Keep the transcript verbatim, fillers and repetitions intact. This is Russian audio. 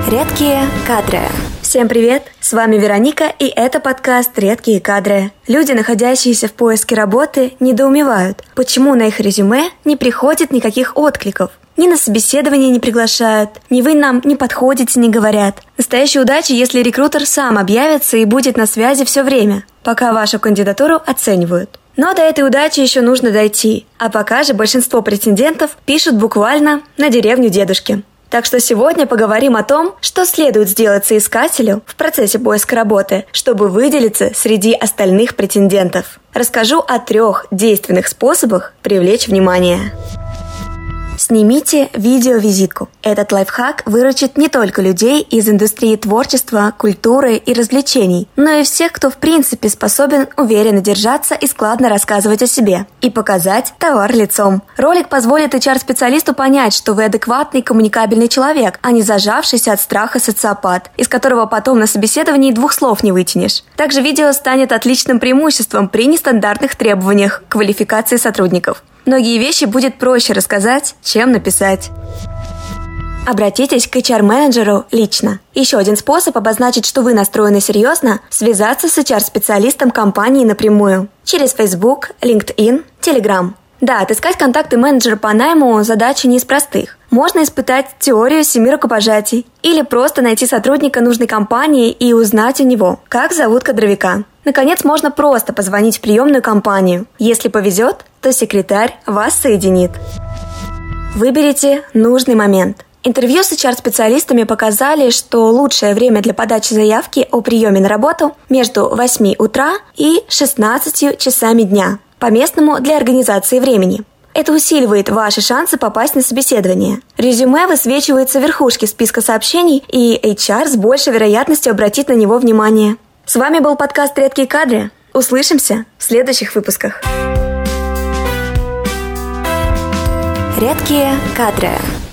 Редкие кадры. Всем привет, с вами Вероника, и это подкаст «Редкие кадры». Люди, находящиеся в поиске работы, недоумевают, почему на их резюме не приходит никаких откликов. Ни на собеседование не приглашают, ни вы нам не подходите, не говорят. Настоящая удача, если рекрутер сам объявится и будет на связи все время, пока вашу кандидатуру оценивают. Но до этой удачи еще нужно дойти, а пока же большинство претендентов пишут буквально на деревню дедушки. Так что сегодня поговорим о том, что следует сделать соискателю в процессе поиска работы, чтобы выделиться среди остальных претендентов. Расскажу о трех действенных способах привлечь внимание. Снимите видеовизитку. Этот лайфхак выручит не только людей из индустрии творчества, культуры и развлечений, но и всех, кто в принципе способен уверенно держаться и складно рассказывать о себе. И показать товар лицом. Ролик позволит эйч ар-специалисту понять, что вы адекватный коммуникабельный человек, а не зажавшийся от страха социопат, из которого потом на собеседовании двух слов не вытянешь. Также видео станет отличным преимуществом при нестандартных требованиях к квалификации сотрудников. Многие вещи будет проще рассказать, чем написать. Обратитесь к эйч ар-менеджеру лично. Еще один способ обозначить, что вы настроены серьезно – связаться с эйч ар-специалистом компании напрямую. Через Facebook, LinkedIn, Telegram. Да, отыскать контакты менеджера по найму – задача не из простых. Можно испытать теорию семи рукопожатий. Или просто найти сотрудника нужной компании и узнать у него, как зовут кадровика. Наконец, можно просто позвонить в приемную компанию. Если повезет, то секретарь вас соединит. Выберите нужный момент. Интервью с эйч ар-специалистами показали, что лучшее время для подачи заявки о приеме на работу между восьми утра и шестнадцатью часами дня. По-местному для организации времени. Это усиливает ваши шансы попасть на собеседование. Резюме высвечивается в верхушке списка сообщений, и эйч ар с большей вероятностью обратит на него внимание. С вами был подкаст «Редкие кадры». Услышимся в следующих выпусках. Редкие кадры.